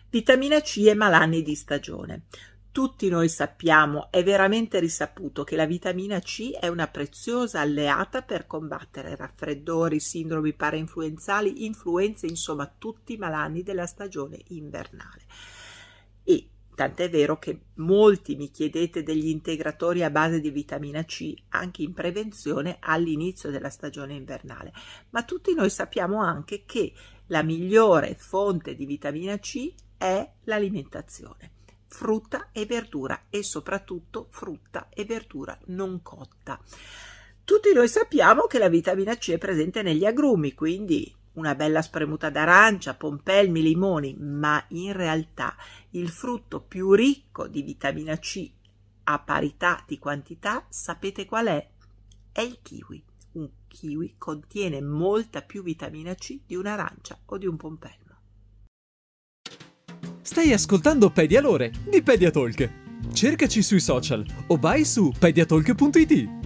Vitamina C e malanni di stagione. Tutti noi sappiamo, è veramente risaputo, che la vitamina C è una preziosa alleata per combattere raffreddori, sindromi parainfluenzali, influenze, insomma tutti i malanni della stagione invernale. E tant'è vero che molti mi chiedete degli integratori a base di vitamina C anche in prevenzione all'inizio della stagione invernale, ma tutti noi sappiamo anche che la migliore fonte di vitamina C è l'alimentazione, frutta e verdura, e soprattutto frutta e verdura non cotta. Tutti noi sappiamo che la vitamina C è presente negli agrumi, quindi una bella spremuta d'arancia, pompelmi, limoni, ma in realtà il frutto più ricco di vitamina C a parità di quantità, sapete qual è? È il kiwi. Un kiwi contiene molta più vitamina C di un'arancia o di un pompelmo. Stai ascoltando Pedialore di Pediatalk. Cercaci sui social o vai su pediatalk.it.